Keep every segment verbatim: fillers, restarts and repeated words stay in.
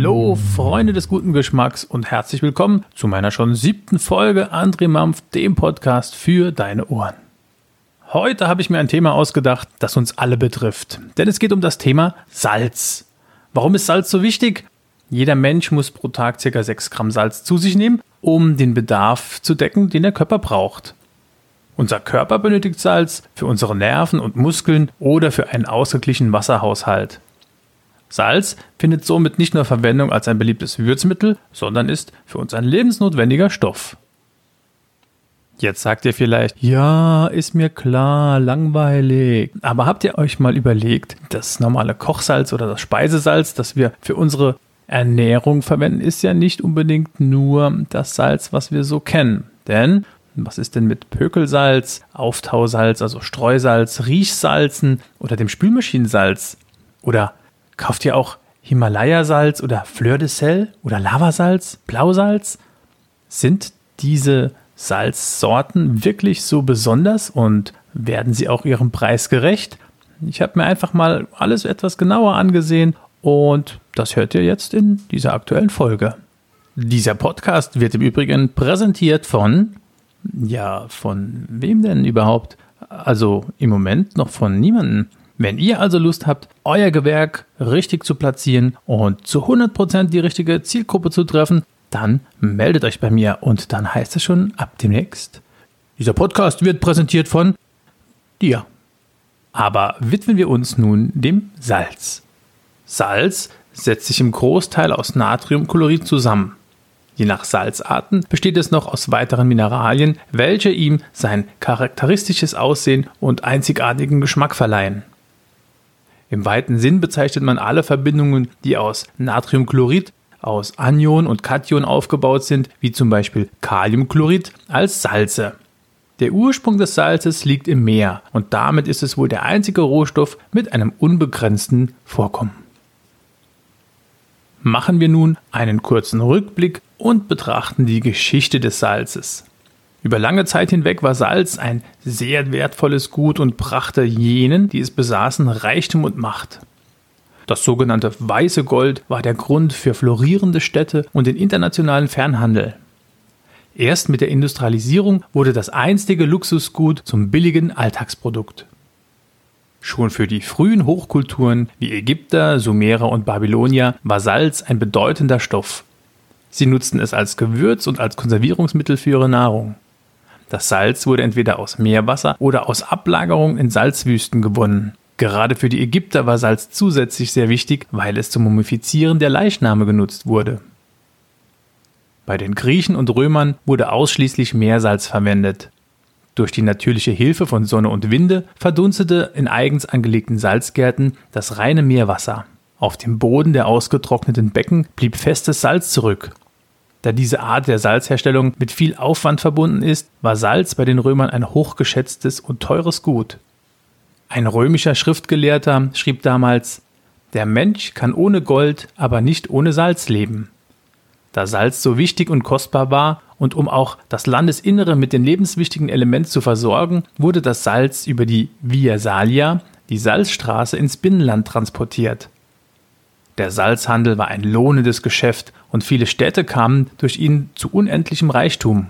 Hallo Freunde des guten Geschmacks und herzlich willkommen zu meiner schon siebten Folge André Mampf, dem Podcast für deine Ohren. Heute habe ich mir ein Thema ausgedacht, das uns alle betrifft, denn es geht um das Thema Salz. Warum ist Salz so wichtig? Jeder Mensch muss pro Tag ca. sechs Gramm Salz zu sich nehmen, um den Bedarf zu decken, den der Körper braucht. Unser Körper benötigt Salz für unsere Nerven und Muskeln oder für einen ausgeglichenen Wasserhaushalt. Salz findet somit nicht nur Verwendung als ein beliebtes Würzmittel, sondern ist für uns ein lebensnotwendiger Stoff. Jetzt sagt ihr vielleicht, ja, ist mir klar, langweilig. Aber habt ihr euch mal überlegt, das normale Kochsalz oder das Speisesalz, das wir für unsere Ernährung verwenden, ist ja nicht unbedingt nur das Salz, was wir so kennen. Denn was ist denn mit Pökelsalz, Auftausalz, also Streusalz, Riechsalzen oder dem Spülmaschinensalz? Oder kauft ihr auch Himalaya-Salz oder Fleur de Sel oder Lavasalz, Blausalz? Sind diese Salzsorten wirklich so besonders und werden sie auch ihrem Preis gerecht? Ich habe mir einfach mal alles etwas genauer angesehen und das hört ihr jetzt in dieser aktuellen Folge. Dieser Podcast wird im Übrigen präsentiert von, ja, von wem denn überhaupt? Also im Moment noch von niemandem. Wenn ihr also Lust habt, euer Gewerk richtig zu platzieren und zu hundert Prozent die richtige Zielgruppe zu treffen, dann meldet euch bei mir und dann heißt es schon ab demnächst, dieser Podcast wird präsentiert von dir. Aber widmen wir uns nun dem Salz. Salz setzt sich im Großteil aus Natriumchlorid zusammen. Je nach Salzarten besteht es noch aus weiteren Mineralien, welche ihm sein charakteristisches Aussehen und einzigartigen Geschmack verleihen. Im weiten Sinn bezeichnet man alle Verbindungen, die aus Natriumchlorid, aus Anion und Kation aufgebaut sind, wie zum Beispiel Kaliumchlorid, als Salze. Der Ursprung des Salzes liegt im Meer und damit ist es wohl der einzige Rohstoff mit einem unbegrenzten Vorkommen. Machen wir nun einen kurzen Rückblick und betrachten die Geschichte des Salzes. Über lange Zeit hinweg war Salz ein sehr wertvolles Gut und brachte jenen, die es besaßen, Reichtum und Macht. Das sogenannte weiße Gold war der Grund für florierende Städte und den internationalen Fernhandel. Erst mit der Industrialisierung wurde das einstige Luxusgut zum billigen Alltagsprodukt. Schon für die frühen Hochkulturen wie Ägypter, Sumerer und Babylonier war Salz ein bedeutender Stoff. Sie nutzten es als Gewürz und als Konservierungsmittel für ihre Nahrung. Das Salz wurde entweder aus Meerwasser oder aus Ablagerung in Salzwüsten gewonnen. Gerade für die Ägypter war Salz zusätzlich sehr wichtig, weil es zum Mumifizieren der Leichname genutzt wurde. Bei den Griechen und Römern wurde ausschließlich Meersalz verwendet. Durch die natürliche Hilfe von Sonne und Winde verdunstete in eigens angelegten Salzgärten das reine Meerwasser. Auf dem Boden der ausgetrockneten Becken blieb festes Salz zurück. Da diese Art der Salzherstellung mit viel Aufwand verbunden ist, war Salz bei den Römern ein hochgeschätztes und teures Gut. Ein römischer Schriftgelehrter schrieb damals: Der Mensch kann ohne Gold, aber nicht ohne Salz leben. Da Salz so wichtig und kostbar war und um auch das Landesinnere mit den lebenswichtigen Elementen zu versorgen, wurde das Salz über die Via Salia, die Salzstraße, ins Binnenland transportiert. Der Salzhandel war ein lohnendes Geschäft und viele Städte kamen durch ihn zu unendlichem Reichtum.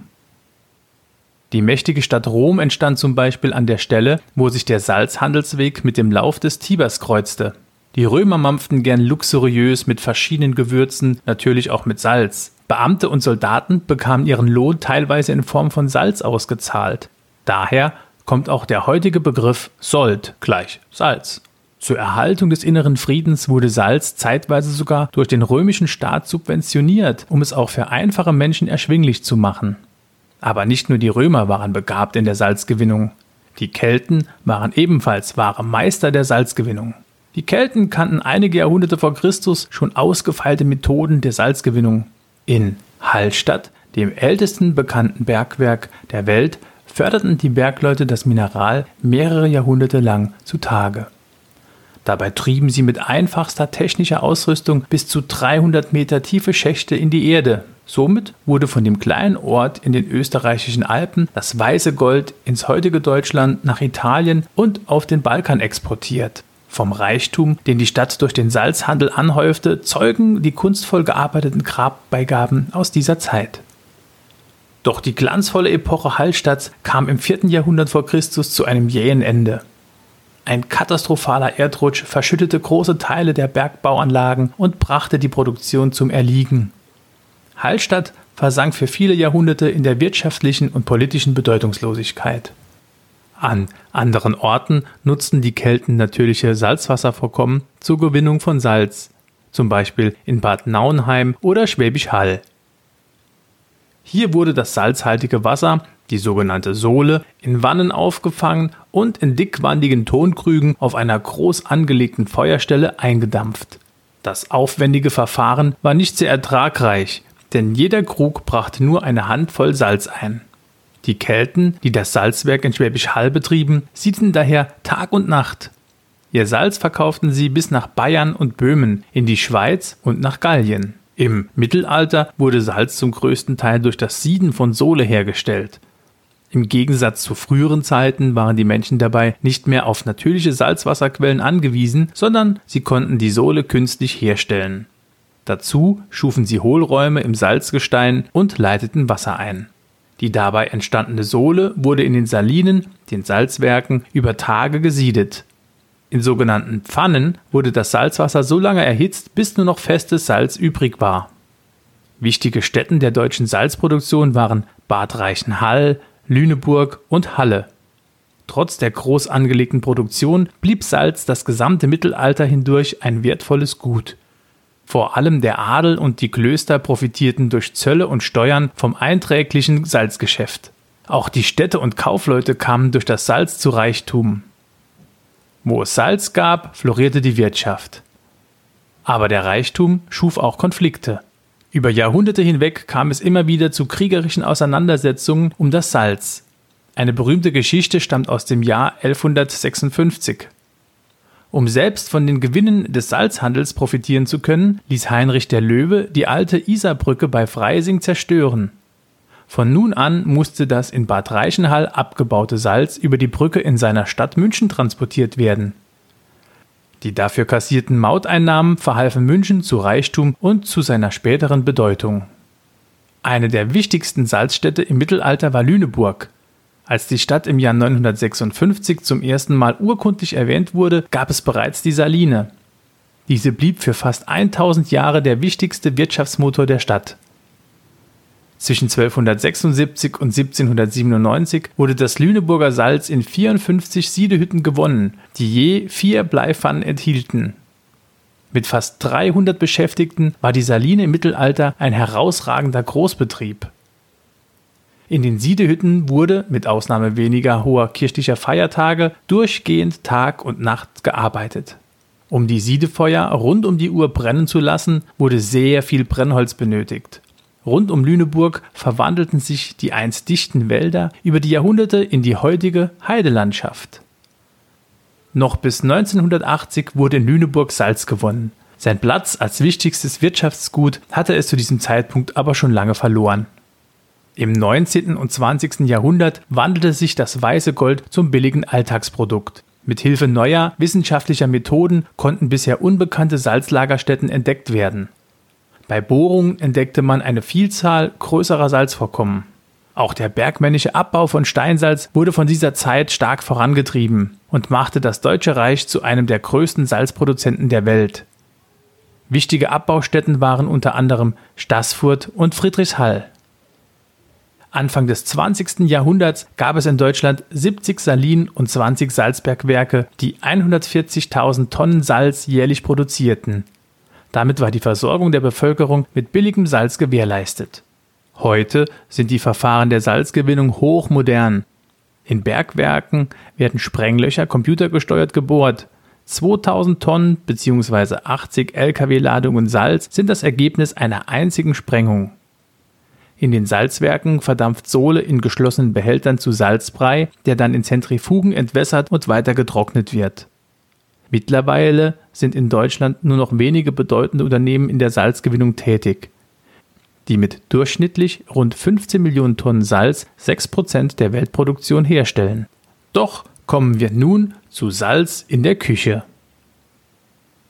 Die mächtige Stadt Rom entstand zum Beispiel an der Stelle, wo sich der Salzhandelsweg mit dem Lauf des Tibers kreuzte. Die Römer mampften gern luxuriös mit verschiedenen Gewürzen, natürlich auch mit Salz. Beamte und Soldaten bekamen ihren Lohn teilweise in Form von Salz ausgezahlt. Daher kommt auch der heutige Begriff Sold gleich Salz. Zur Erhaltung des inneren Friedens wurde Salz zeitweise sogar durch den römischen Staat subventioniert, um es auch für einfache Menschen erschwinglich zu machen. Aber nicht nur die Römer waren begabt in der Salzgewinnung. Die Kelten waren ebenfalls wahre Meister der Salzgewinnung. Die Kelten kannten einige Jahrhunderte vor Christus schon ausgefeilte Methoden der Salzgewinnung. In Hallstatt, dem ältesten bekannten Bergwerk der Welt, förderten die Bergleute das Mineral mehrere Jahrhunderte lang zutage. Dabei trieben sie mit einfachster technischer Ausrüstung bis zu dreihundert Meter tiefe Schächte in die Erde. Somit wurde von dem kleinen Ort in den österreichischen Alpen das weiße Gold ins heutige Deutschland, nach Italien und auf den Balkan exportiert. Vom Reichtum, den die Stadt durch den Salzhandel anhäufte, zeugen die kunstvoll gearbeiteten Grabbeigaben aus dieser Zeit. Doch die glanzvolle Epoche Hallstatts kam im vierten Jahrhundert vor Christus zu einem jähen Ende. Ein katastrophaler Erdrutsch verschüttete große Teile der Bergbauanlagen und brachte die Produktion zum Erliegen. Hallstatt versank für viele Jahrhunderte in der wirtschaftlichen und politischen Bedeutungslosigkeit. An anderen Orten nutzten die Kelten natürliche Salzwasservorkommen zur Gewinnung von Salz, zum Beispiel in Bad Nauenheim oder Schwäbisch Hall. Hier wurde das salzhaltige Wasser, die sogenannte Sole, in Wannen aufgefangen und in dickwandigen Tonkrügen auf einer groß angelegten Feuerstelle eingedampft. Das aufwendige Verfahren war nicht sehr ertragreich, denn jeder Krug brachte nur eine Handvoll Salz ein. Die Kelten, die das Salzwerk in Schwäbisch Hall betrieben, siedeten daher Tag und Nacht. Ihr Salz verkauften sie bis nach Bayern und Böhmen, in die Schweiz und nach Gallien. Im Mittelalter wurde Salz zum größten Teil durch das Sieden von Sole hergestellt. Im Gegensatz zu früheren Zeiten waren die Menschen dabei nicht mehr auf natürliche Salzwasserquellen angewiesen, sondern sie konnten die Sole künstlich herstellen. Dazu schufen sie Hohlräume im Salzgestein und leiteten Wasser ein. Die dabei entstandene Sole wurde in den Salinen, den Salzwerken, über Tage gesiedet. In sogenannten Pfannen wurde das Salzwasser so lange erhitzt, bis nur noch festes Salz übrig war. Wichtige Stätten der deutschen Salzproduktion waren Bad Reichenhall, Lüneburg und Halle. Trotz der groß angelegten Produktion blieb Salz das gesamte Mittelalter hindurch ein wertvolles Gut. Vor allem der Adel und die Klöster profitierten durch Zölle und Steuern vom einträglichen Salzgeschäft. Auch die Städte und Kaufleute kamen durch das Salz zu Reichtum. Wo es Salz gab, florierte die Wirtschaft. Aber der Reichtum schuf auch Konflikte. Über Jahrhunderte hinweg kam es immer wieder zu kriegerischen Auseinandersetzungen um das Salz. Eine berühmte Geschichte stammt aus dem Jahr elfhundertsechsundfünfzig. Um selbst von den Gewinnen des Salzhandels profitieren zu können, ließ Heinrich der Löwe die alte Isarbrücke bei Freising zerstören. Von nun an musste das in Bad Reichenhall abgebaute Salz über die Brücke in seiner Stadt München transportiert werden. Die dafür kassierten Mauteinnahmen verhalfen München zu Reichtum und zu seiner späteren Bedeutung. Eine der wichtigsten Salzstädte im Mittelalter war Lüneburg. Als die Stadt im Jahr neunhundertsechsundfünfzig zum ersten Mal urkundlich erwähnt wurde, gab es bereits die Saline. Diese blieb für fast tausend Jahre der wichtigste Wirtschaftsmotor der Stadt. Zwischen zwölfhundertsechsundsiebzig und siebzehnhundertsiebenundneunzig wurde das Lüneburger Salz in vierundfünfzig Siedehütten gewonnen, die je vier Bleipfannen enthielten. Mit fast dreihundert Beschäftigten war die Saline im Mittelalter ein herausragender Großbetrieb. In den Siedehütten wurde, mit Ausnahme weniger hoher kirchlicher Feiertage, durchgehend Tag und Nacht gearbeitet. Um die Siedefeuer rund um die Uhr brennen zu lassen, wurde sehr viel Brennholz benötigt. Rund um Lüneburg verwandelten sich die einst dichten Wälder über die Jahrhunderte in die heutige Heidelandschaft. Noch bis neunzehnhundertachtzig wurde in Lüneburg Salz gewonnen. Sein Platz als wichtigstes Wirtschaftsgut hatte es zu diesem Zeitpunkt aber schon lange verloren. Im neunzehnten und zwanzigsten Jahrhundert wandelte sich das weiße Gold zum billigen Alltagsprodukt. Mit Hilfe neuer wissenschaftlicher Methoden konnten bisher unbekannte Salzlagerstätten entdeckt werden. Bei Bohrungen entdeckte man eine Vielzahl größerer Salzvorkommen. Auch der bergmännische Abbau von Steinsalz wurde von dieser Zeit stark vorangetrieben und machte das Deutsche Reich zu einem der größten Salzproduzenten der Welt. Wichtige Abbaustätten waren unter anderem Staßfurt und Friedrichshall. Anfang des zwanzigsten Jahrhunderts gab es in Deutschland siebzig Salinen und zwanzig Salzbergwerke, die hundertvierzigtausend Tonnen Salz jährlich produzierten. Damit war die Versorgung der Bevölkerung mit billigem Salz gewährleistet. Heute sind die Verfahren der Salzgewinnung hochmodern. In Bergwerken werden Sprenglöcher computergesteuert gebohrt. zweitausend Tonnen bzw. achtzig L K W-Ladungen Salz sind das Ergebnis einer einzigen Sprengung. In den Salzwerken verdampft Sole in geschlossenen Behältern zu Salzbrei, der dann in Zentrifugen entwässert und weiter getrocknet wird. Mittlerweile sind in Deutschland nur noch wenige bedeutende Unternehmen in der Salzgewinnung tätig, die mit durchschnittlich rund fünfzehn Millionen Tonnen Salz sechs Prozent der Weltproduktion herstellen. Doch kommen wir nun zu Salz in der Küche.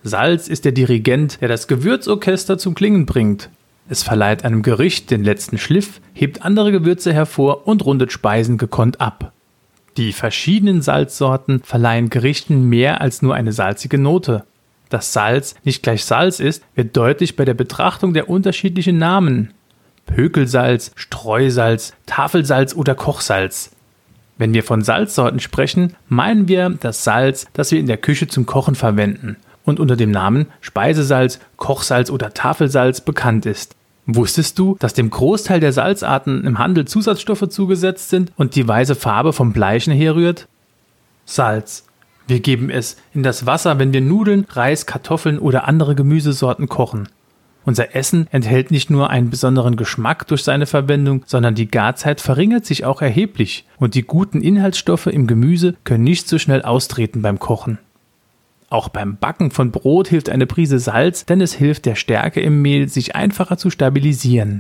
Salz ist der Dirigent, der das Gewürzorchester zum Klingen bringt. Es verleiht einem Gericht den letzten Schliff, hebt andere Gewürze hervor und rundet Speisen gekonnt ab. Die verschiedenen Salzsorten verleihen Gerichten mehr als nur eine salzige Note. Dass Salz nicht gleich Salz ist, wird deutlich bei der Betrachtung der unterschiedlichen Namen. Pökelsalz, Streusalz, Tafelsalz oder Kochsalz. Wenn wir von Salzsorten sprechen, meinen wir das Salz, das wir in der Küche zum Kochen verwenden und unter dem Namen Speisesalz, Kochsalz oder Tafelsalz bekannt ist. Wusstest du, dass dem Großteil der Salzarten im Handel Zusatzstoffe zugesetzt sind und die weiße Farbe vom Bleichen herrührt? Salz. Wir geben es in das Wasser, wenn wir Nudeln, Reis, Kartoffeln oder andere Gemüsesorten kochen. Unser Essen enthält nicht nur einen besonderen Geschmack durch seine Verwendung, sondern die Garzeit verringert sich auch erheblich und die guten Inhaltsstoffe im Gemüse können nicht so schnell austreten beim Kochen. Auch beim Backen von Brot hilft eine Prise Salz, denn es hilft der Stärke im Mehl, sich einfacher zu stabilisieren.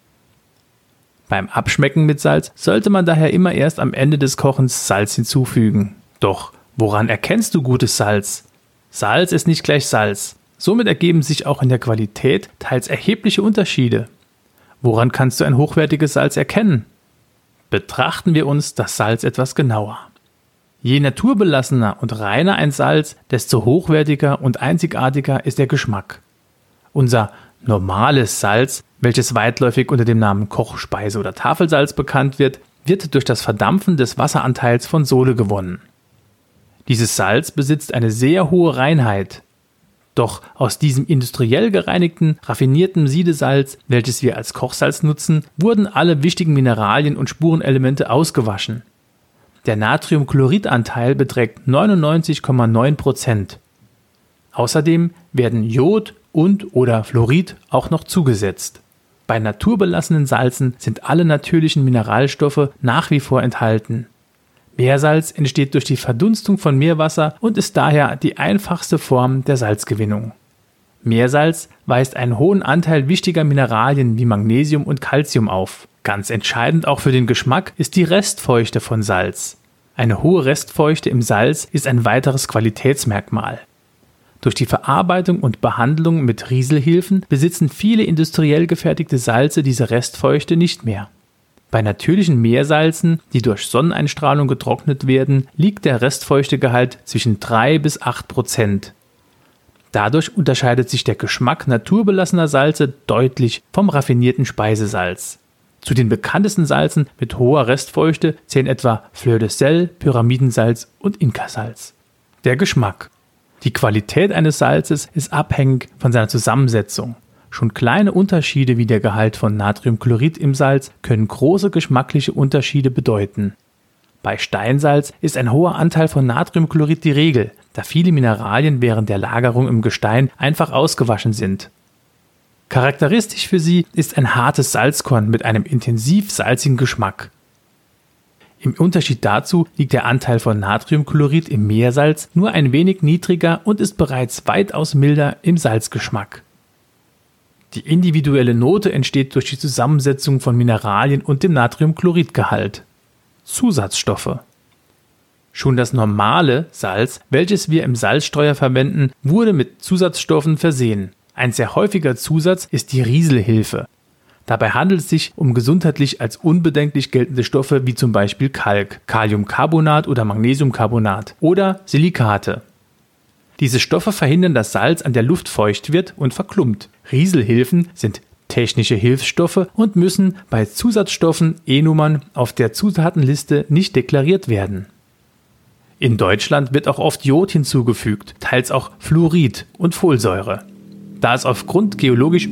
Beim Abschmecken mit Salz sollte man daher immer erst am Ende des Kochens Salz hinzufügen. Doch woran erkennst du gutes Salz? Salz ist nicht gleich Salz. Somit ergeben sich auch in der Qualität teils erhebliche Unterschiede. Woran kannst du ein hochwertiges Salz erkennen? Betrachten wir uns das Salz etwas genauer. Je naturbelassener und reiner ein Salz, desto hochwertiger und einzigartiger ist der Geschmack. Unser normales Salz, welches weitläufig unter dem Namen Koch-, Speise- oder Tafelsalz bekannt wird, wird durch das Verdampfen des Wasseranteils von Sole gewonnen. Dieses Salz besitzt eine sehr hohe Reinheit. Doch aus diesem industriell gereinigten, raffinierten Siedesalz, welches wir als Kochsalz nutzen, wurden alle wichtigen Mineralien und Spurenelemente ausgewaschen. Der Natriumchlorid-Anteil beträgt neunundneunzig Komma neun Prozent. Außerdem werden Jod und oder Fluorid auch noch zugesetzt. Bei naturbelassenen Salzen sind alle natürlichen Mineralstoffe nach wie vor enthalten. Meersalz entsteht durch die Verdunstung von Meerwasser und ist daher die einfachste Form der Salzgewinnung. Meersalz weist einen hohen Anteil wichtiger Mineralien wie Magnesium und Calcium auf. Ganz entscheidend auch für den Geschmack ist die Restfeuchte von Salz. Eine hohe Restfeuchte im Salz ist ein weiteres Qualitätsmerkmal. Durch die Verarbeitung und Behandlung mit Rieselhilfen besitzen viele industriell gefertigte Salze diese Restfeuchte nicht mehr. Bei natürlichen Meersalzen, die durch Sonneneinstrahlung getrocknet werden, liegt der Restfeuchtegehalt zwischen drei bis acht Prozent. Dadurch unterscheidet sich der Geschmack naturbelassener Salze deutlich vom raffinierten Speisesalz. Zu den bekanntesten Salzen mit hoher Restfeuchte zählen etwa Fleur de Sel, Pyramidensalz und Inkasalz. Der Geschmack. Die Qualität eines Salzes ist abhängig von seiner Zusammensetzung. Schon kleine Unterschiede wie der Gehalt von Natriumchlorid im Salz können große geschmackliche Unterschiede bedeuten. Bei Steinsalz ist ein hoher Anteil von Natriumchlorid die Regel, da viele Mineralien während der Lagerung im Gestein einfach ausgewaschen sind. Charakteristisch für sie ist ein hartes Salzkorn mit einem intensiv salzigen Geschmack. Im Unterschied dazu liegt der Anteil von Natriumchlorid im Meersalz nur ein wenig niedriger und ist bereits weitaus milder im Salzgeschmack. Die individuelle Note entsteht durch die Zusammensetzung von Mineralien und dem Natriumchloridgehalt. Zusatzstoffe. Schon das normale Salz, welches wir im Salzstreuer verwenden, wurde mit Zusatzstoffen versehen. Ein sehr häufiger Zusatz ist die Rieselhilfe. Dabei handelt es sich um gesundheitlich als unbedenklich geltende Stoffe wie zum Beispiel Kalk, Kaliumcarbonat oder Magnesiumcarbonat oder Silikate. Diese Stoffe verhindern, dass Salz an der Luft feucht wird und verklumpt. Rieselhilfen sind technische Hilfsstoffe und müssen bei Zusatzstoffen E-Nummern auf der Zutatenliste nicht deklariert werden. In Deutschland wird auch oft Jod hinzugefügt, teils auch Fluorid und Folsäure. Da es aufgrund geologisch...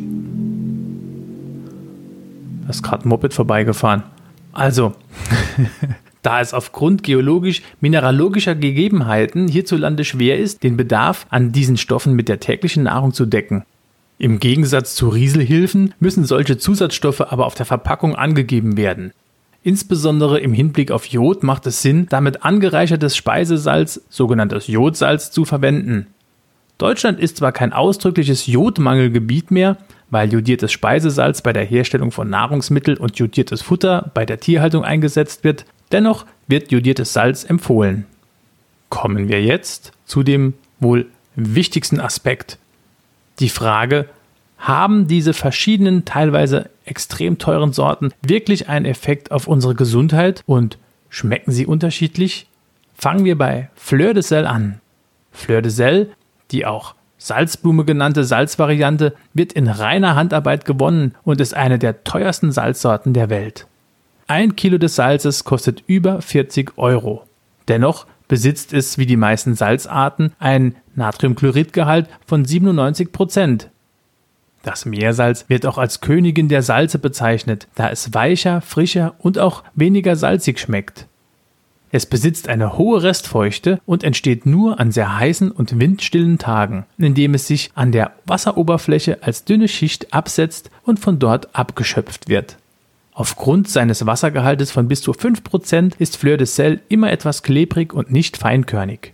Da ist gerade ein Moped vorbeigefahren. Also... Da es aufgrund geologisch-mineralogischer Gegebenheiten hierzulande schwer ist, den Bedarf an diesen Stoffen mit der täglichen Nahrung zu decken. Im Gegensatz zu Rieselhilfen müssen solche Zusatzstoffe aber auf der Verpackung angegeben werden. Insbesondere im Hinblick auf Jod macht es Sinn, damit angereichertes Speisesalz, sogenanntes Jodsalz, zu verwenden. Deutschland ist zwar kein ausdrückliches Jodmangelgebiet mehr, weil jodiertes Speisesalz bei der Herstellung von Nahrungsmitteln und jodiertes Futter bei der Tierhaltung eingesetzt wird, dennoch wird jodiertes Salz empfohlen. Kommen wir jetzt zu dem wohl wichtigsten Aspekt. Die Frage, haben diese verschiedenen, teilweise extrem teuren Sorten wirklich einen Effekt auf unsere Gesundheit und schmecken sie unterschiedlich? Fangen wir bei Fleur de Sel an. Fleur de Sel, die auch Salzblume genannte Salzvariante, wird in reiner Handarbeit gewonnen und ist eine der teuersten Salzsorten der Welt. Ein Kilo des Salzes kostet über vierzig Euro. Dennoch besitzt es wie die meisten Salzarten einen Natriumchloridgehalt von siebenundneunzig Prozent. Das Meersalz wird auch als Königin der Salze bezeichnet, da es weicher, frischer und auch weniger salzig schmeckt. Es besitzt eine hohe Restfeuchte und entsteht nur an sehr heißen und windstillen Tagen, indem es sich an der Wasseroberfläche als dünne Schicht absetzt und von dort abgeschöpft wird. Aufgrund seines Wassergehaltes von bis zu fünf Prozent ist Fleur de Sel immer etwas klebrig und nicht feinkörnig.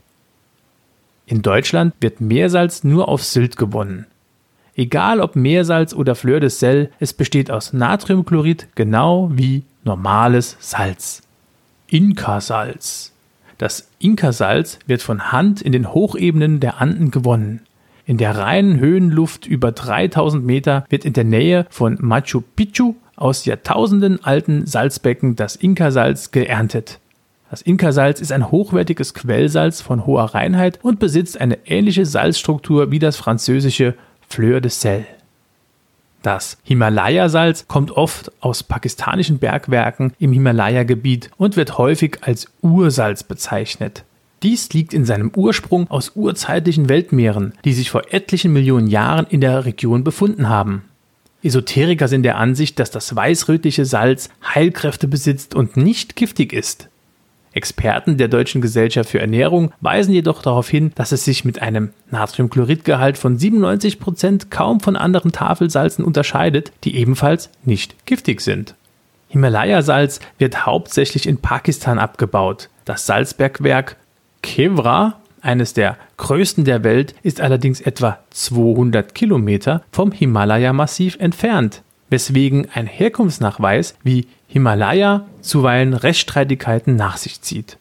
In Deutschland wird Meersalz nur auf Sylt gewonnen. Egal ob Meersalz oder Fleur de Sel, es besteht aus Natriumchlorid genau wie normales Salz. Inka-Salz. Das Inka-Salz wird von Hand in den Hochebenen der Anden gewonnen. In der reinen Höhenluft über dreitausend Meter wird in der Nähe von Machu Picchu aus Jahrtausenden alten Salzbecken das Inka-Salz geerntet. Das Inka-Salz ist ein hochwertiges Quellsalz von hoher Reinheit und besitzt eine ähnliche Salzstruktur wie das französische Fleur de Sel. Das Himalaya-Salz kommt oft aus pakistanischen Bergwerken im Himalaya-Gebiet und wird häufig als Ursalz bezeichnet. Dies liegt in seinem Ursprung aus urzeitlichen Weltmeeren, die sich vor etlichen Millionen Jahren in der Region befunden haben. Esoteriker sind der Ansicht, dass das weißrötliche Salz Heilkräfte besitzt und nicht giftig ist. Experten der Deutschen Gesellschaft für Ernährung weisen jedoch darauf hin, dass es sich mit einem Natriumchloridgehalt von siebenundneunzig Prozent kaum von anderen Tafelsalzen unterscheidet, die ebenfalls nicht giftig sind. Himalaya-Salz wird hauptsächlich in Pakistan abgebaut. Das Salzbergwerk Kevra, eines der größten der Welt, ist allerdings etwa zweihundert Kilometer vom Himalaya-Massiv entfernt, weswegen ein Herkunftsnachweis wie Himalaya zuweilen Rechtsstreitigkeiten nach sich zieht.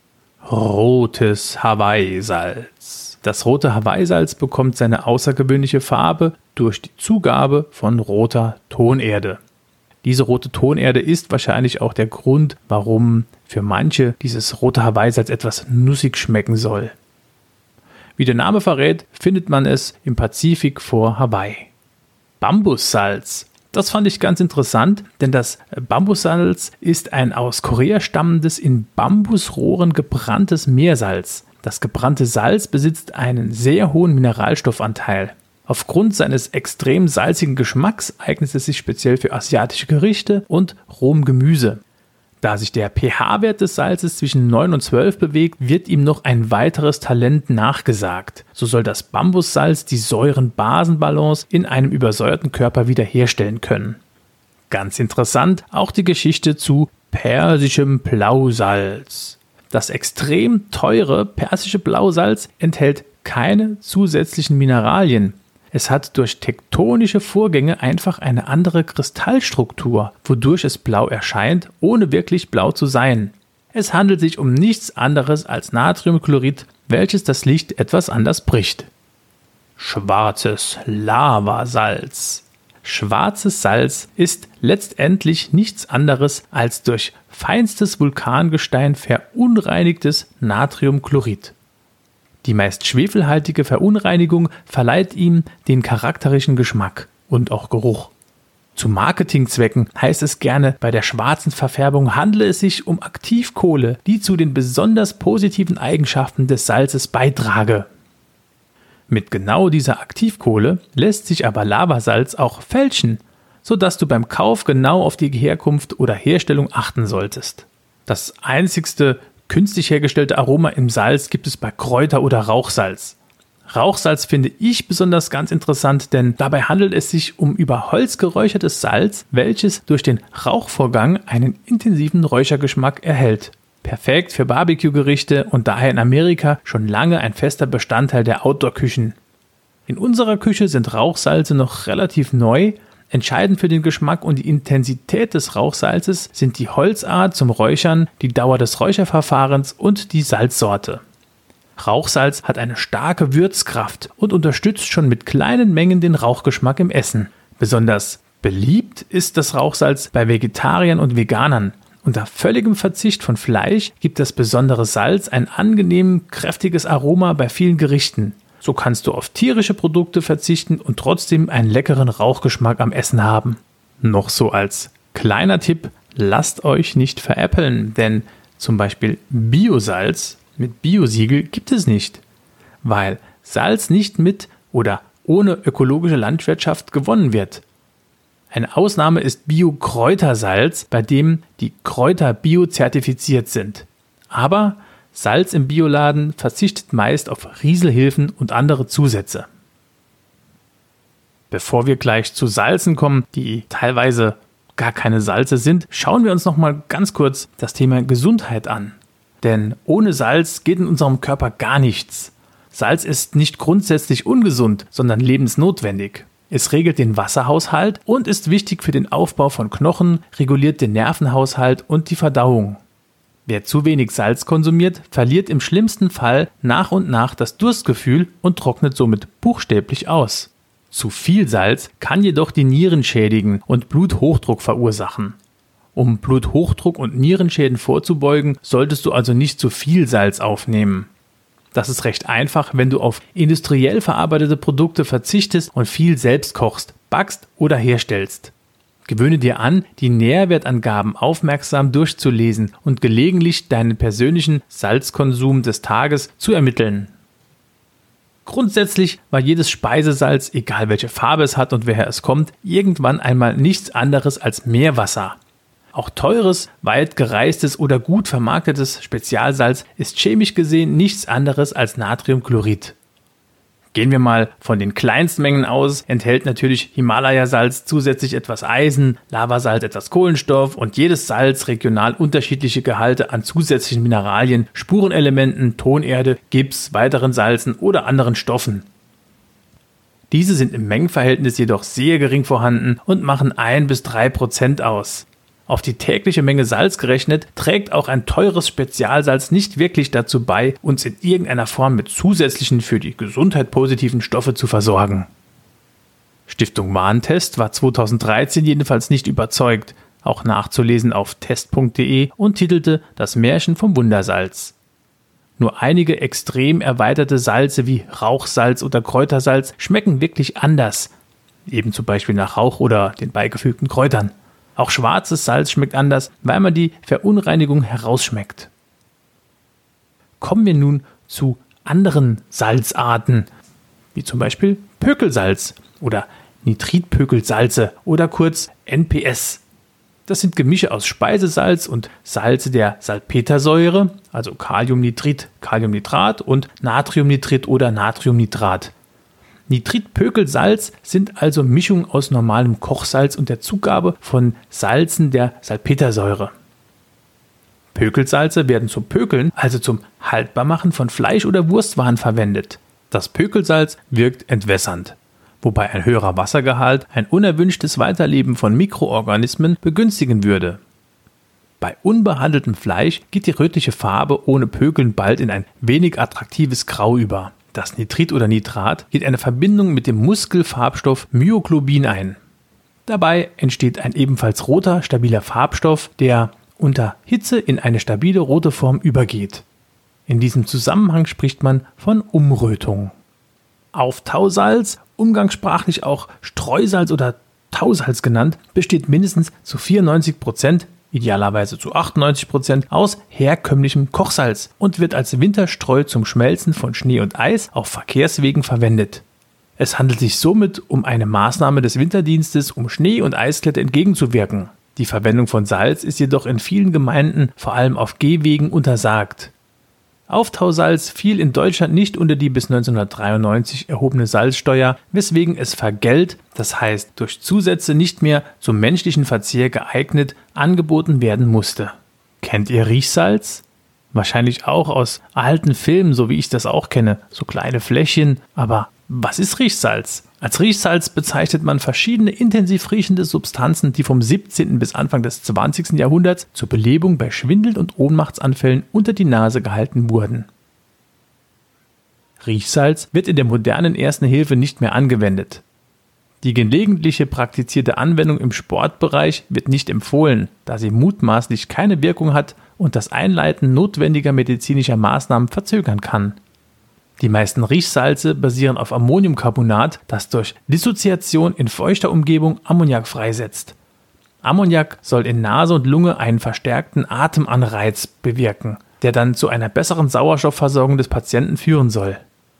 Rotes Hawaii-Salz. Das rote Hawaii-Salz bekommt seine außergewöhnliche Farbe durch die Zugabe von roter Tonerde. Diese rote Tonerde ist wahrscheinlich auch der Grund, warum für manche dieses rote Hawaii-Salz etwas nussig schmecken soll. Wie der Name verrät, findet man es im Pazifik vor Hawaii. Bambussalz. Das fand ich ganz interessant, denn das Bambussalz ist ein aus Korea stammendes, in Bambusrohren gebranntes Meersalz. Das gebrannte Salz besitzt einen sehr hohen Mineralstoffanteil. Aufgrund seines extrem salzigen Geschmacks eignet es sich speziell für asiatische Gerichte und rohem Gemüse. Da sich der pH-Wert des Salzes zwischen neun und zwölf bewegt, wird ihm noch ein weiteres Talent nachgesagt. So soll das Bambussalz die Säuren-Basen-Balance in einem übersäuerten Körper wiederherstellen können. Ganz interessant auch die Geschichte zu persischem Blausalz. Das extrem teure persische Blausalz enthält keine zusätzlichen Mineralien. Es hat durch tektonische Vorgänge einfach eine andere Kristallstruktur, wodurch es blau erscheint, ohne wirklich blau zu sein. Es handelt sich um nichts anderes als Natriumchlorid, welches das Licht etwas anders bricht. Schwarzes Lavasalz. Schwarzes Salz ist letztendlich nichts anderes als durch feinstes Vulkangestein verunreinigtes Natriumchlorid. Die meist schwefelhaltige Verunreinigung verleiht ihm den charakteristischen Geschmack und auch Geruch. Zu Marketingzwecken heißt es gerne, bei der schwarzen Verfärbung handle es sich um Aktivkohle, die zu den besonders positiven Eigenschaften des Salzes beitrage. Mit genau dieser Aktivkohle lässt sich aber Lavasalz auch fälschen, sodass du beim Kauf genau auf die Herkunft oder Herstellung achten solltest. Das einzigste künstlich hergestellte Aroma im Salz gibt es bei Kräuter- oder Rauchsalz. Rauchsalz finde ich besonders ganz interessant, denn dabei handelt es sich um über Holz geräuchertes Salz, welches durch den Rauchvorgang einen intensiven Räuchergeschmack erhält. Perfekt für Barbecue-Gerichte und daher in Amerika schon lange ein fester Bestandteil der Outdoor-Küchen. In unserer Küche sind Rauchsalze noch relativ neu. Entscheidend für den Geschmack und die Intensität des Rauchsalzes sind die Holzart zum Räuchern, die Dauer des Räucherverfahrens und die Salzsorte. Rauchsalz hat eine starke Würzkraft und unterstützt schon mit kleinen Mengen den Rauchgeschmack im Essen. Besonders beliebt ist das Rauchsalz bei Vegetariern und Veganern. Unter völligem Verzicht von Fleisch gibt das besondere Salz ein angenehm kräftiges Aroma bei vielen Gerichten. So kannst du auf tierische Produkte verzichten und trotzdem einen leckeren Rauchgeschmack am Essen haben. Noch so als kleiner Tipp, lasst euch nicht veräppeln, denn zum Beispiel Biosalz mit Biosiegel gibt es nicht, weil Salz nicht mit oder ohne ökologische Landwirtschaft gewonnen wird. Eine Ausnahme ist Bio-Kräutersalz, bei dem die Kräuter biozertifiziert sind. Aber Salz im Bioladen verzichtet meist auf Rieselhilfen und andere Zusätze. Bevor wir gleich zu Salzen kommen, die teilweise gar keine Salze sind, schauen wir uns noch mal ganz kurz das Thema Gesundheit an. Denn ohne Salz geht in unserem Körper gar nichts. Salz ist nicht grundsätzlich ungesund, sondern lebensnotwendig. Es regelt den Wasserhaushalt und ist wichtig für den Aufbau von Knochen, reguliert den Nervenhaushalt und die Verdauung. Wer zu wenig Salz konsumiert, verliert im schlimmsten Fall nach und nach das Durstgefühl und trocknet somit buchstäblich aus. Zu viel Salz kann jedoch die Nieren schädigen und Bluthochdruck verursachen. Um Bluthochdruck und Nierenschäden vorzubeugen, solltest du also nicht zu viel Salz aufnehmen. Das ist recht einfach, wenn du auf industriell verarbeitete Produkte verzichtest und viel selbst kochst, backst oder herstellst. Gewöhne dir an, die Nährwertangaben aufmerksam durchzulesen und gelegentlich deinen persönlichen Salzkonsum des Tages zu ermitteln. Grundsätzlich war jedes Speisesalz, egal welche Farbe es hat und woher es kommt, irgendwann einmal nichts anderes als Meerwasser. Auch teures, weit gereistes oder gut vermarktetes Spezialsalz ist chemisch gesehen nichts anderes als Natriumchlorid. Gehen wir mal von den Kleinstmengen aus, enthält natürlich Himalaya-Salz zusätzlich etwas Eisen, Lavasalz etwas Kohlenstoff und jedes Salz regional unterschiedliche Gehalte an zusätzlichen Mineralien, Spurenelementen, Tonerde, Gips, weiteren Salzen oder anderen Stoffen. Diese sind im Mengenverhältnis jedoch sehr gering vorhanden und machen ein bis drei Prozent aus. Auf die tägliche Menge Salz gerechnet, trägt auch ein teures Spezialsalz nicht wirklich dazu bei, uns in irgendeiner Form mit zusätzlichen für die Gesundheit positiven Stoffe zu versorgen. Stiftung Warentest war zweitausenddreizehn jedenfalls nicht überzeugt, auch nachzulesen auf test punkt de und titelte Das Märchen vom Wundersalz. Nur einige extrem erweiterte Salze wie Rauchsalz oder Kräutersalz schmecken wirklich anders, eben zum Beispiel nach Rauch oder den beigefügten Kräutern. Auch schwarzes Salz schmeckt anders, weil man die Verunreinigung herausschmeckt. Kommen wir nun zu anderen Salzarten, wie zum Beispiel Pökelsalz oder Nitritpökelsalze oder kurz N P S. Das sind Gemische aus Speisesalz und Salze der Salpetersäure, also Kaliumnitrit, Kaliumnitrat und Natriumnitrit oder Natriumnitrat. Nitritpökelsalz sind also Mischungen aus normalem Kochsalz und der Zugabe von Salzen der Salpetersäure. Pökelsalze werden zum Pökeln, also zum Haltbarmachen von Fleisch oder Wurstwaren verwendet. Das Pökelsalz wirkt entwässernd, wobei ein höherer Wassergehalt ein unerwünschtes Weiterleben von Mikroorganismen begünstigen würde. Bei unbehandeltem Fleisch geht die rötliche Farbe ohne Pökeln bald in ein wenig attraktives Grau über. Das Nitrit oder Nitrat geht eine Verbindung mit dem Muskelfarbstoff Myoglobin ein. Dabei entsteht ein ebenfalls roter, stabiler Farbstoff, der unter Hitze in eine stabile rote Form übergeht. In diesem Zusammenhang spricht man von Umrötung. Auftausalz, umgangssprachlich auch Streusalz oder Tausalz genannt, besteht mindestens zu vierundneunzig Prozent, idealerweise zu achtundneunzig Prozent aus herkömmlichem Kochsalz und wird als Winterstreu zum Schmelzen von Schnee und Eis auf Verkehrswegen verwendet. Es handelt sich somit um eine Maßnahme des Winterdienstes, um Schnee- und Eiskletter entgegenzuwirken. Die Verwendung von Salz ist jedoch in vielen Gemeinden, vor allem auf Gehwegen, untersagt. Auftausalz fiel in Deutschland nicht unter die bis neunzehnhundertdreiundneunzig erhobene Salzsteuer, weswegen es vergällt, das heißt durch Zusätze nicht mehr zum menschlichen Verzehr geeignet, angeboten werden musste. Kennt ihr Riechsalz? Wahrscheinlich auch aus alten Filmen, so wie ich das auch kenne, so kleine Fläschchen. Aber was ist Riechsalz? Als Riechsalz bezeichnet man verschiedene intensiv riechende Substanzen, die vom siebzehnten bis Anfang des zwanzigsten Jahrhunderts zur Belebung bei Schwindel- und Ohnmachtsanfällen unter die Nase gehalten wurden. Riechsalz wird in der modernen Ersten Hilfe nicht mehr angewendet. Die gelegentliche praktizierte Anwendung im Sportbereich wird nicht empfohlen, da sie mutmaßlich keine Wirkung hat und das Einleiten notwendiger medizinischer Maßnahmen verzögern kann. Die meisten Riechsalze basieren auf Ammoniumcarbonat, das durch Dissoziation in feuchter Umgebung Ammoniak freisetzt. Ammoniak soll in Nase und Lunge einen verstärkten Atemanreiz bewirken, der dann zu einer besseren Sauerstoffversorgung des Patienten führen soll.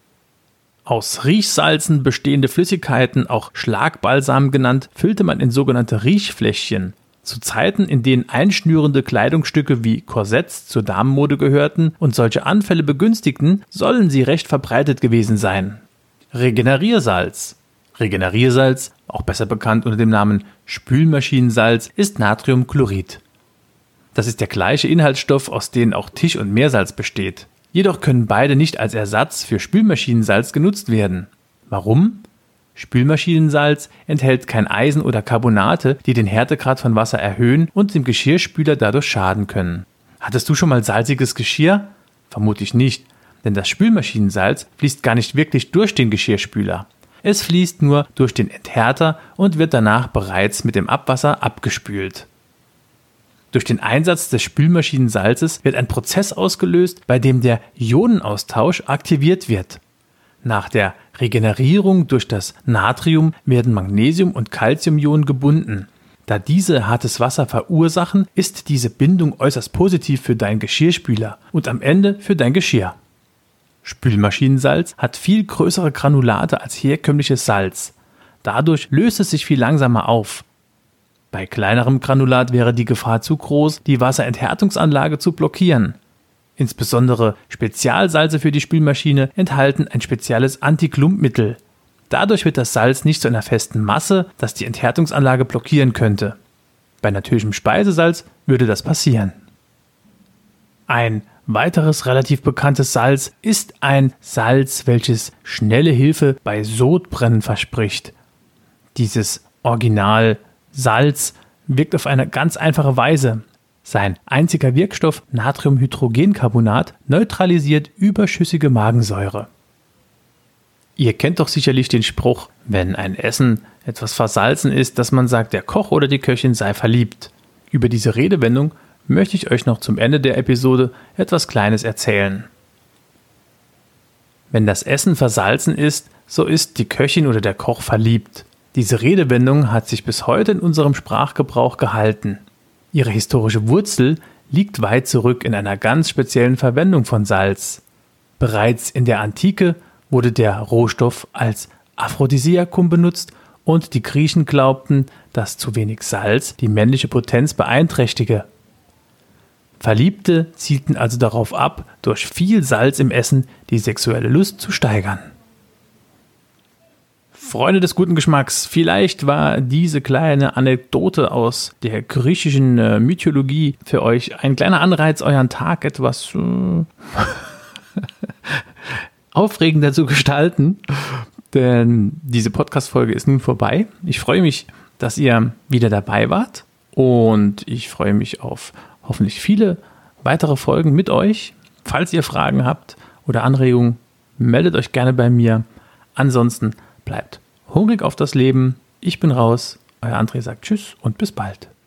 Aus Riechsalzen bestehende Flüssigkeiten, auch Schlagbalsam genannt, füllte man in sogenannte Riechfläschchen. Zu Zeiten, in denen einschnürende Kleidungsstücke wie Korsetts zur Damenmode gehörten und solche Anfälle begünstigten, sollen sie recht verbreitet gewesen sein. Regeneriersalz. Regeneriersalz, auch besser bekannt unter dem Namen Spülmaschinensalz, ist Natriumchlorid. Das ist der gleiche Inhaltsstoff, aus dem auch Tisch- und Meersalz besteht. Jedoch können beide nicht als Ersatz für Spülmaschinensalz genutzt werden. Warum? Spülmaschinensalz enthält kein Eisen oder Carbonate, die den Härtegrad von Wasser erhöhen und dem Geschirrspüler dadurch schaden können. Hattest du schon mal salziges Geschirr? Vermutlich nicht, denn das Spülmaschinensalz fließt gar nicht wirklich durch den Geschirrspüler. Es fließt nur durch den Enthärter und wird danach bereits mit dem Abwasser abgespült. Durch den Einsatz des Spülmaschinensalzes wird ein Prozess ausgelöst, bei dem der Ionenaustausch aktiviert wird. Nach der Regenerierung durch das Natrium werden Magnesium- und Calciumionen gebunden. Da diese hartes Wasser verursachen, ist diese Bindung äußerst positiv für deinen Geschirrspüler und am Ende für dein Geschirr. Spülmaschinensalz hat viel größere Granulate als herkömmliches Salz. Dadurch löst es sich viel langsamer auf. Bei kleinerem Granulat wäre die Gefahr zu groß, die Wasserenthärtungsanlage zu blockieren. Insbesondere Spezialsalze für die Spülmaschine enthalten ein spezielles Antiklumpmittel. Dadurch wird das Salz nicht zu einer festen Masse, das die Enthärtungsanlage blockieren könnte. Bei natürlichem Speisesalz würde das passieren. Ein weiteres relativ bekanntes Salz ist ein Salz, welches schnelle Hilfe bei Sodbrennen verspricht. Dieses Original Salz wirkt auf eine ganz einfache Weise. Sein einziger Wirkstoff, Natriumhydrogencarbonat, neutralisiert überschüssige Magensäure. Ihr kennt doch sicherlich den Spruch, wenn ein Essen etwas versalzen ist, dass man sagt, der Koch oder die Köchin sei verliebt. Über diese Redewendung möchte ich euch noch zum Ende der Episode etwas Kleines erzählen. Wenn das Essen versalzen ist, so ist die Köchin oder der Koch verliebt. Diese Redewendung hat sich bis heute in unserem Sprachgebrauch gehalten. Ihre historische Wurzel liegt weit zurück in einer ganz speziellen Verwendung von Salz. Bereits in der Antike wurde der Rohstoff als Aphrodisiakum benutzt und die Griechen glaubten, dass zu wenig Salz die männliche Potenz beeinträchtige. Verliebte zielten also darauf ab, durch viel Salz im Essen die sexuelle Lust zu steigern. Freunde des guten Geschmacks, vielleicht war diese kleine Anekdote aus der griechischen äh, Mythologie für euch ein kleiner Anreiz, euren Tag etwas äh, aufregender zu gestalten, denn diese Podcast-Folge ist nun vorbei. Ich freue mich, dass ihr wieder dabei wart und ich freue mich auf hoffentlich viele weitere Folgen mit euch. Falls ihr Fragen habt oder Anregungen, meldet euch gerne bei mir. Ansonsten bleibt hungrig auf das Leben. Ich bin raus. Euer André sagt Tschüss und bis bald.